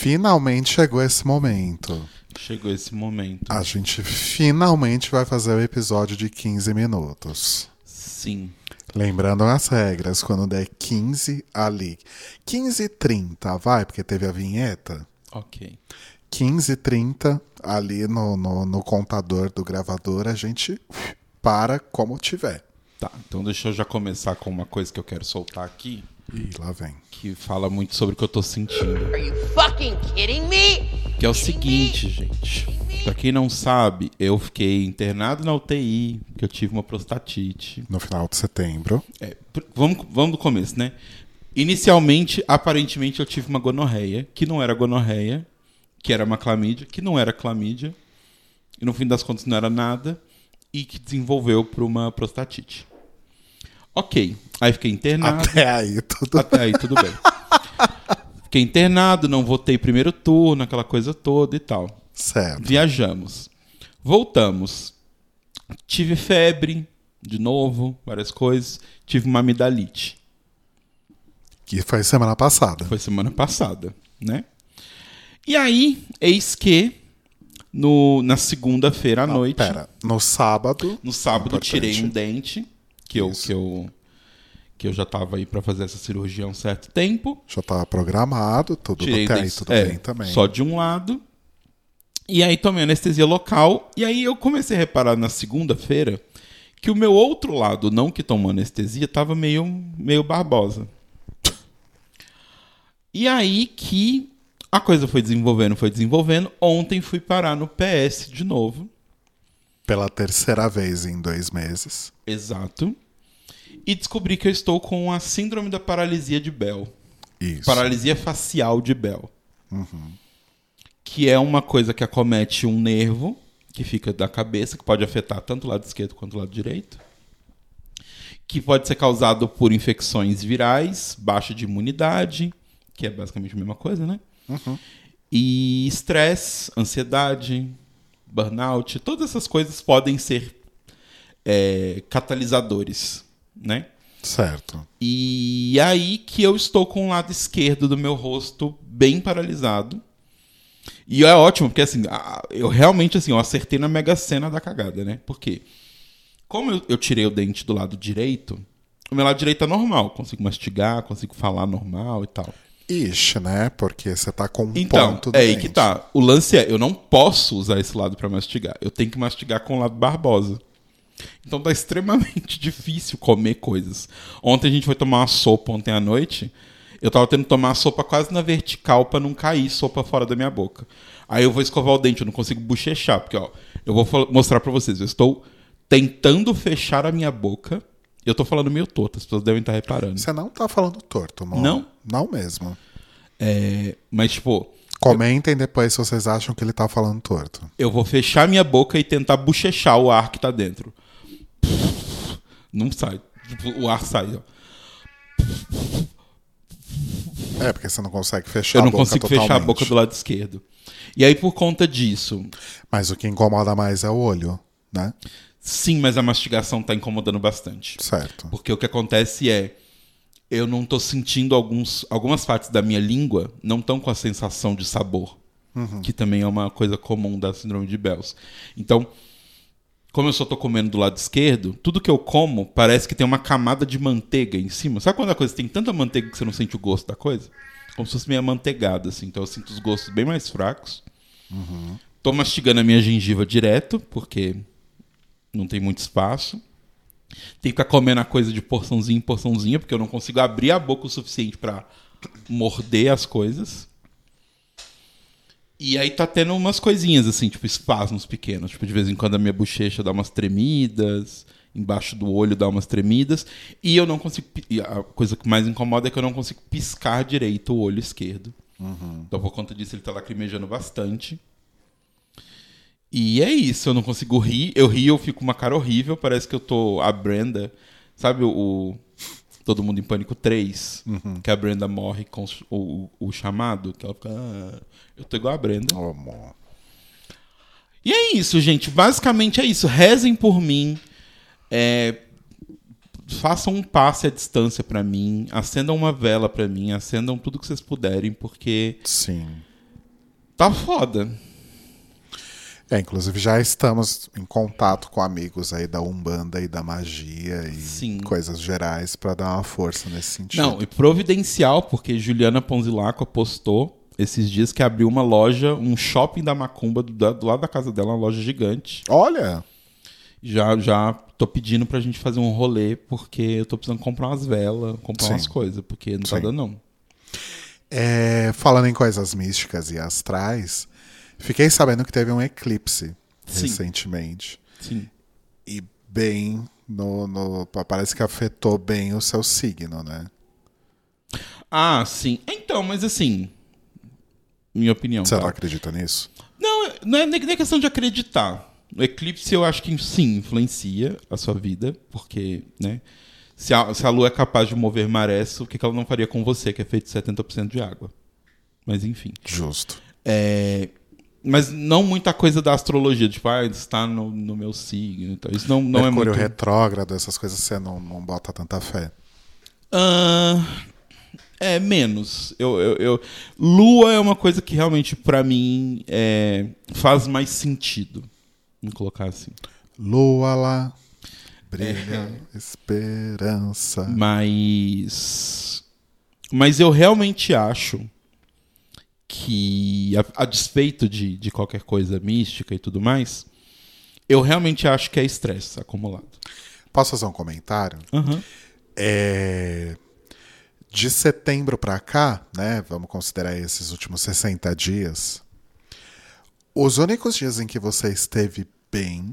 finalmente chegou esse momento. Chegou esse momento. A gente finalmente vai fazer o episódio de 15 minutos. Sim. Lembrando as regras, quando der 15 ali. 15h30, vai, porque teve a vinheta. Ok. 15h30 ali no contador do gravador, a gente para como tiver. Tá, então deixa eu já começar com uma coisa que eu quero soltar aqui. Ih, lá vem. Que fala muito sobre o que eu tô sentindo. Are you fucking kidding me? Que é o seguinte, gente. Pra quem não sabe, eu fiquei internado na UTI, porque eu tive uma prostatite. No final de setembro. Vamos do começo, né? Inicialmente, aparentemente, eu tive uma gonorreia, que não era gonorreia, que era uma clamídia, que não era clamídia, e no fim das contas não era nada, e que desenvolveu para uma prostatite. Ok, aí fiquei internado. Até aí, tudo bem. Fiquei internado, não votei primeiro turno, aquela coisa toda e tal. Certo. Viajamos. Voltamos. Tive febre, de novo, várias coisas. Tive uma amidalite. Que foi semana passada. Foi semana passada, né? E aí, eis que na segunda-feira à noite... no sábado... No sábado, importante. tirei um dente, que eu já estava aí para fazer essa cirurgia há um certo tempo. Já estava programado, tudo até aí, tudo bem também. Só de um lado. E aí tomei anestesia local. E aí eu comecei a reparar na segunda-feira que o meu outro lado, não que tomou anestesia, estava meio barbosa. E aí que a coisa foi desenvolvendo. Ontem fui parar no PS de novo. Pela terceira vez em 2 meses. Exato. E descobri que eu estou com a síndrome da paralisia de Bell. Isso. Paralisia facial de Bell. Uhum. Que é uma coisa que acomete um nervo que fica da cabeça, que pode afetar tanto o lado esquerdo quanto o lado direito. Que pode ser causado por infecções virais, baixa de imunidade, que é basicamente a mesma coisa, né? Uhum. E estresse, ansiedade, burnout, todas essas coisas podem ser catalisadores, né? Certo. E aí que eu estou com o lado esquerdo do meu rosto bem paralisado. E é ótimo, porque assim, eu realmente assim, eu acertei na Mega Sena da cagada, né? Por quê? Como eu tirei o dente do lado direito, o meu lado direito é normal. Consigo mastigar, consigo falar normal e tal. Ixi, né? Porque você tá com um então, ponto do aí dente. que tá. O lance é, eu não posso usar esse lado pra mastigar. Eu tenho que mastigar com o lado barbosa. Então tá extremamente difícil comer coisas. Ontem a gente foi tomar uma sopa ontem à noite. Eu tava tendo que tomar a sopa quase na vertical pra não cair sopa fora da minha boca. Aí eu vou escovar o dente, eu não consigo bochechar. Porque, ó, eu vou mostrar pra vocês. Eu estou tentando fechar a minha boca. Eu tô falando meio torto, as pessoas devem estar reparando. Você não tá falando torto, amor. Não? Não mesmo. Mas, tipo... Comentem depois se vocês acham que ele tá falando torto. Eu vou fechar minha boca e tentar bochechar o ar que tá dentro. Não sai. O ar sai, ó. Porque você não consegue fechar Eu a não boca consigo totalmente. fechar a boca do lado esquerdo. E aí, por conta disso... Mas o que incomoda mais é o olho, né? Sim, mas a mastigação tá incomodando bastante. Certo. Porque o que acontece é... Eu não tô sentindo algumas partes da minha língua não estão com a sensação de sabor. Uhum. Que também é uma coisa comum da síndrome de Bell's. Então, como eu só tô comendo do lado esquerdo, tudo que eu como parece que tem uma camada de manteiga em cima. Sabe quando a coisa tem tanta manteiga que você não sente o gosto da coisa? Como se fosse meio amanteigada, assim. Então eu sinto os gostos bem mais fracos. Uhum. Tô mastigando a minha gengiva direto, porque não tem muito espaço. Tem que ficar comendo a coisa de porçãozinha em porçãozinha, porque eu não consigo abrir a boca o suficiente pra morder as coisas. E aí tá tendo umas coisinhas, assim, tipo espasmos pequenos. Tipo, de vez em quando a minha bochecha dá umas tremidas, embaixo do olho dá umas tremidas. E eu não consigo... E a coisa que mais incomoda é que eu não consigo piscar direito o olho esquerdo. Uhum. Então, por conta disso, ele tá lacrimejando bastante. E é isso, eu não consigo rir. Eu rio, eu fico com uma cara horrível. Parece que eu tô a Brenda. Sabe o Todo Mundo em Pânico 3? Uhum. Que a Brenda morre com o chamado. Que ela fica... eu tô igual a Brenda. Oh, amor. E é isso, gente. Basicamente é isso. Rezem por mim. Façam um passe à distância pra mim. Acendam uma vela pra mim. Acendam tudo que vocês puderem. Porque... Sim. Tá foda. Inclusive já estamos em contato com amigos aí da Umbanda e da magia e Sim. coisas gerais pra dar uma força nesse sentido. Não, e providencial, porque Juliana Ponzilaco postou esses dias que abriu uma loja, um shopping da Macumba do lado da casa dela, uma loja gigante. Olha! Já tô pedindo pra gente fazer um rolê, porque eu tô precisando comprar umas velas, comprar Sim. umas coisas, porque não tá Sim. dando não. Falando em coisas místicas e astrais, fiquei sabendo que teve um eclipse Sim. recentemente. Sim. E bem parece que afetou bem o seu signo, né? Ah, sim. Então, mas assim, minha opinião. Você tá? não acredita nisso? Não é nem questão de acreditar. O eclipse eu acho que sim, influencia a sua vida, porque, né? Se a Lua é capaz de mover marés, o que ela não faria com você, que é feito de 70% de água? Mas enfim. Justo. Mas não muita coisa da astrologia, tipo, está no meu signo. Então, isso não é Mercúrio muito... retrógrado, essas coisas você não bota tanta fé. Menos. Lua é uma coisa que realmente, pra mim, faz mais sentido. Vamos colocar assim. Lua lá, brilha, esperança. Mas eu realmente acho que, a despeito de qualquer coisa mística e tudo mais, eu realmente acho que é estresse acumulado. Posso fazer um comentário? Uhum. De setembro pra cá, né? Vamos considerar esses últimos 60 dias. Os únicos dias em que você esteve bem,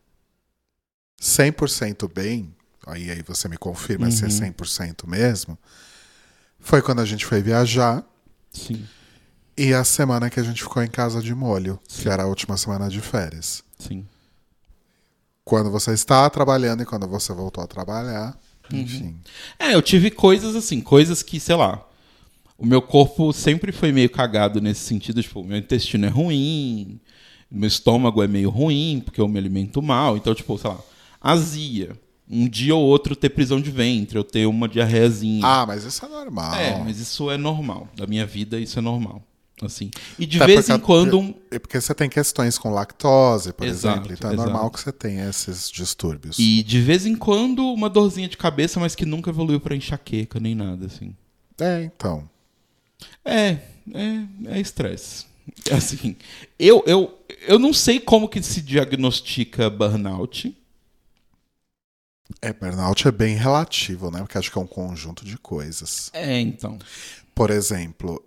100% bem, aí você me confirma se é 100% mesmo, foi quando a gente foi viajar. Sim. E a semana que a gente ficou em casa de molho, que era a última semana de férias. Sim. Quando você está trabalhando e quando você voltou a trabalhar, enfim. Eu tive coisas assim, coisas que, sei lá, o meu corpo sempre foi meio cagado nesse sentido, tipo, meu intestino é ruim, meu estômago é meio ruim, porque eu me alimento mal, então, tipo, sei lá, azia. Um dia ou outro ter prisão de ventre, eu ter uma diarreazinha. Ah, mas isso é normal. Mas isso é normal. Da minha vida, isso é normal. Assim. E de Até vez porque- em quando... É porque você tem questões com lactose, por Exato, exemplo. Então é exato. normal que você tenha esses distúrbios. E de vez em quando uma dorzinha de cabeça, mas que nunca evoluiu pra enxaqueca, nem nada, assim. Então. É estresse. Assim, eu não sei como que se diagnostica burnout. Burnout é bem relativo, né? Porque acho que é um conjunto de coisas. Então. Por exemplo,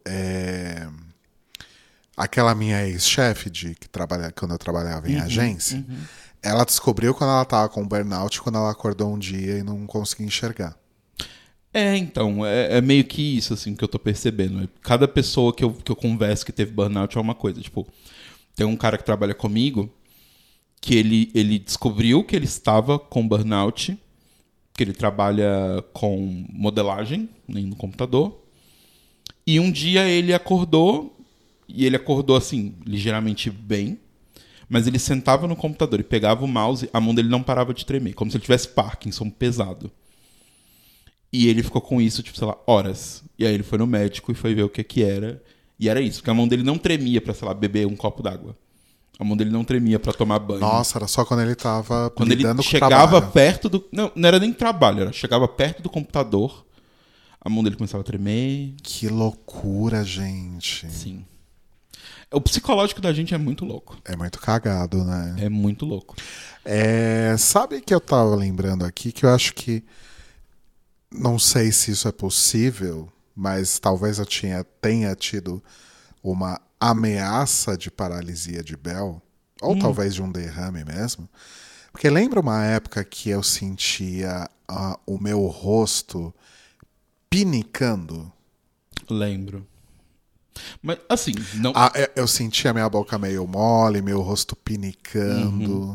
aquela minha ex-chefe quando eu trabalhava em agência, ela descobriu quando ela estava com burnout, quando ela acordou um dia e não conseguia enxergar. Então, é meio que isso, assim, que eu tô percebendo. Cada pessoa que eu converso que teve burnout é uma coisa. Tipo, tem um cara que trabalha comigo que ele descobriu que ele estava com burnout, que ele trabalha com modelagem no computador. E um dia ele acordou, e ele acordou, assim, ligeiramente bem, mas ele sentava no computador e pegava o mouse, a mão dele não parava de tremer, como se ele tivesse Parkinson pesado. E ele ficou com isso, tipo, sei lá, horas. E aí ele foi no médico e foi ver o que era. E era isso, porque a mão dele não tremia pra, sei lá, beber um copo d'água. A mão dele não tremia pra tomar banho. Nossa, era só quando ele tava Quando ele lidando com o chegava trabalho. perto do... Não era nem trabalho, chegava perto do computador, a mão dele começava a tremer. Que loucura, gente. Sim. O psicológico da gente é muito louco. É muito cagado, né? É muito louco. Sabe que eu tava lembrando aqui que eu acho que não sei se isso é possível, mas talvez eu tenha tido uma ameaça de paralisia de Bell, ou talvez de um derrame mesmo. Porque lembra uma época que eu sentia o meu rosto pinicando? Lembro. Mas, assim, não... Eu sentia minha boca meio mole, meu rosto pinicando.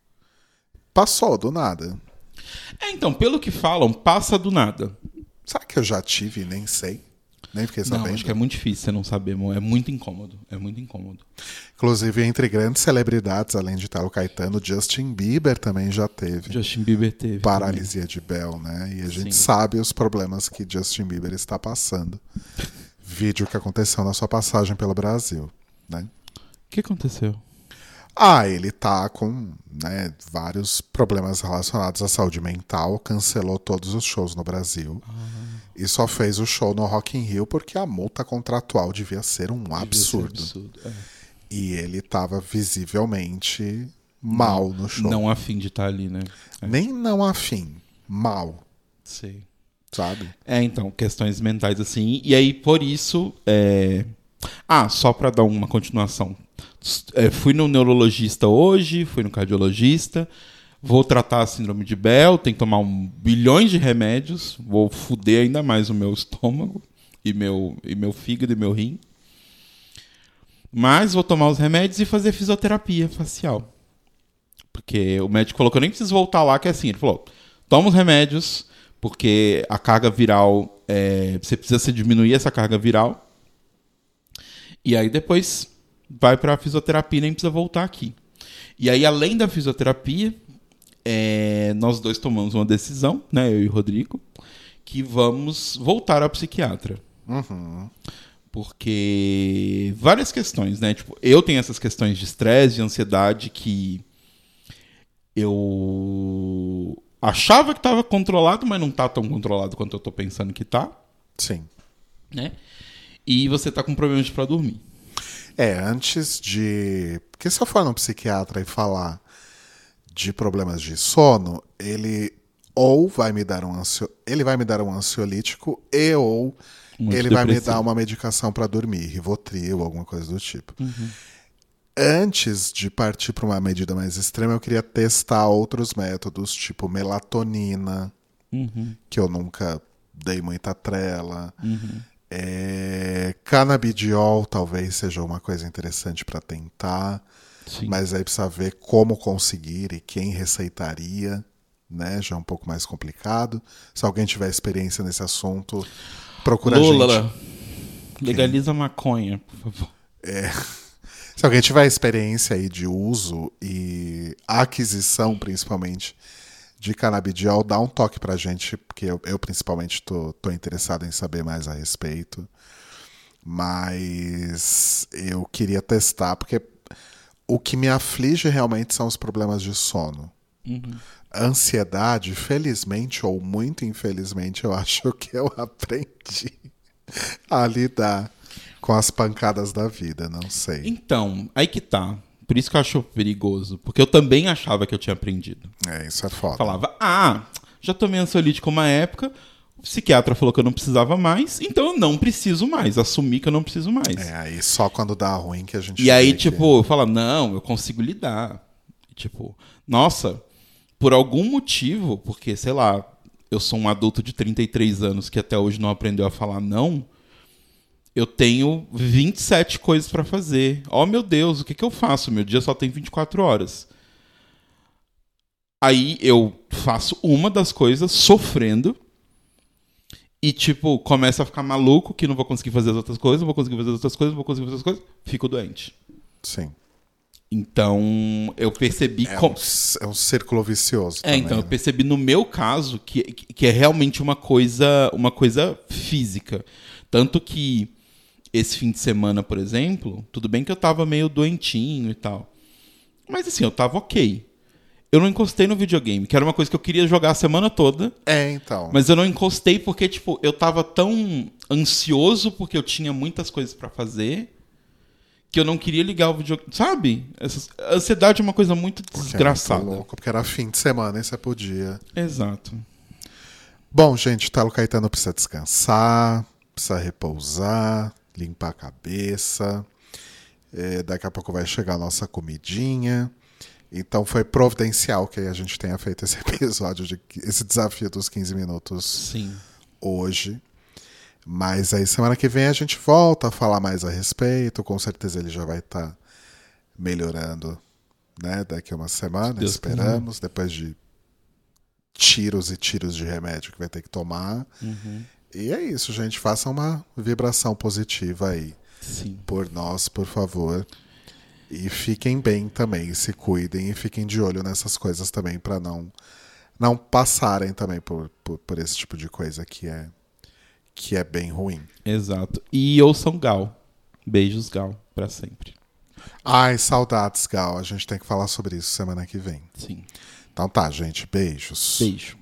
Passou do nada. Então, pelo que falam, passa do nada. Será que eu já tive e nem sei? Nem fiquei sabendo. Não, acho que é muito difícil você não saber, amor. É muito incômodo. É muito incômodo. Inclusive, entre grandes celebridades, além de Italo Caetano, Justin Bieber também já teve Justin Bieber teve. paralisia de Bell, né? E a gente sabe os problemas que Justin Bieber está passando. Vídeo que aconteceu na sua passagem pelo Brasil. né? O que aconteceu? Ele tá com, né, vários problemas relacionados à saúde mental, cancelou todos os shows no Brasil e só fez o show no Rock in Rio porque a multa contratual devia ser um absurdo. E ele tava visivelmente mal no show. Não a fim de estar ali, né? Nem não afim, mal, Sei. sabe? Então, questões mentais assim. E aí, por isso... só pra dar uma continuação. Fui no neurologista hoje, fui no cardiologista, vou tratar a síndrome de Bell, tem que tomar bilhões de remédios, vou foder ainda mais o meu estômago e meu fígado e meu rim. Mas vou tomar os remédios e fazer fisioterapia facial. Porque o médico falou que eu nem preciso voltar lá, que é assim, ele falou, toma os remédios, porque a carga viral, você precisa diminuir essa carga viral. E aí depois vai pra fisioterapia e nem precisa voltar aqui. E aí, além da fisioterapia, nós dois tomamos uma decisão, né, eu e o Rodrigo, que vamos voltar ao psiquiatra. Porque várias questões, né? Tipo, eu tenho essas questões de estresse, de ansiedade que eu achava que estava controlado, mas não tá tão controlado quanto eu tô pensando que tá. Sim. Né? E você tá com problemas pra dormir. Antes de... Porque se eu for num psiquiatra e falar de problemas de sono, ele ou vai me dar ele vai me dar um ansiolítico ou ele vai me dar uma medicação para dormir, Rivotril, alguma coisa do tipo. Antes de partir para uma medida mais extrema, eu queria testar outros métodos, tipo melatonina, que eu nunca dei muita trela. Canabidiol talvez seja uma coisa interessante para tentar. Sim. Mas aí precisa ver como conseguir e quem receitaria, né? Já é um pouco mais complicado. Se alguém tiver experiência nesse assunto, procura a gente. Legaliza a maconha, por favor. Se alguém tiver experiência aí de uso e aquisição, principalmente, de canabidiol, dá um toque pra gente, porque eu principalmente tô interessado em saber mais a respeito. Mas eu queria testar, porque o que me aflige realmente são os problemas de sono. Ansiedade, felizmente ou muito infelizmente, eu acho que eu aprendi a lidar com as pancadas da vida, não sei. Então, aí que tá. Por isso que eu acho perigoso. Porque eu também achava que eu tinha aprendido. Isso é foda. Falava, já tomei ansiolítico uma época, o psiquiatra falou que eu não precisava mais, então eu não preciso mais. Assumi que eu não preciso mais. Aí só quando dá ruim que a gente... E aí, eu falo, não, eu consigo lidar. Tipo, nossa, por algum motivo, porque, sei lá, eu sou um adulto de 33 anos que até hoje não aprendeu a falar não, eu tenho 27 coisas pra fazer. Oh, meu Deus, o que eu faço? Meu dia só tem 24 horas. Aí eu faço uma das coisas sofrendo e, começo a ficar maluco que não vou conseguir fazer as outras coisas, não vou conseguir fazer as outras coisas, não vou conseguir fazer as outras coisas, fico doente. Sim. Então, eu percebi... É um círculo vicioso também, então, eu percebi no meu caso que é realmente uma coisa física. Tanto que esse fim de semana, por exemplo, tudo bem que eu tava meio doentinho e tal. Mas assim, eu tava ok. Eu não encostei no videogame, que era uma coisa que eu queria jogar a semana toda. Então. Mas eu não encostei porque, eu tava tão ansioso porque eu tinha muitas coisas pra fazer que eu não queria ligar o videogame. Sabe? A ansiedade é uma coisa muito desgraçada. Muito louco, porque era fim de semana e você podia. Exato. Bom, gente, o Talo Caetano precisa descansar, precisa repousar, limpar a cabeça. Daqui a pouco vai chegar a nossa comidinha. Então foi providencial que a gente tenha feito esse episódio, esse desafio dos 15 minutos. Sim. Hoje. Mas aí semana que vem a gente volta a falar mais a respeito. Com certeza ele já vai estar melhorando, né? Daqui a uma semana, Deus esperamos. Depois de tiros e tiros de remédio que vai ter que tomar. E é isso, gente. Faça uma vibração positiva aí. Sim. Por nós, por favor. E fiquem bem também, se cuidem e fiquem de olho nessas coisas também para não passarem também por esse tipo de coisa que é bem ruim. Exato. E ouçam Gal. Beijos, Gal, pra sempre. Ai, saudades, Gal. A gente tem que falar sobre isso semana que vem. Sim. Então tá, gente. Beijos. Beijo.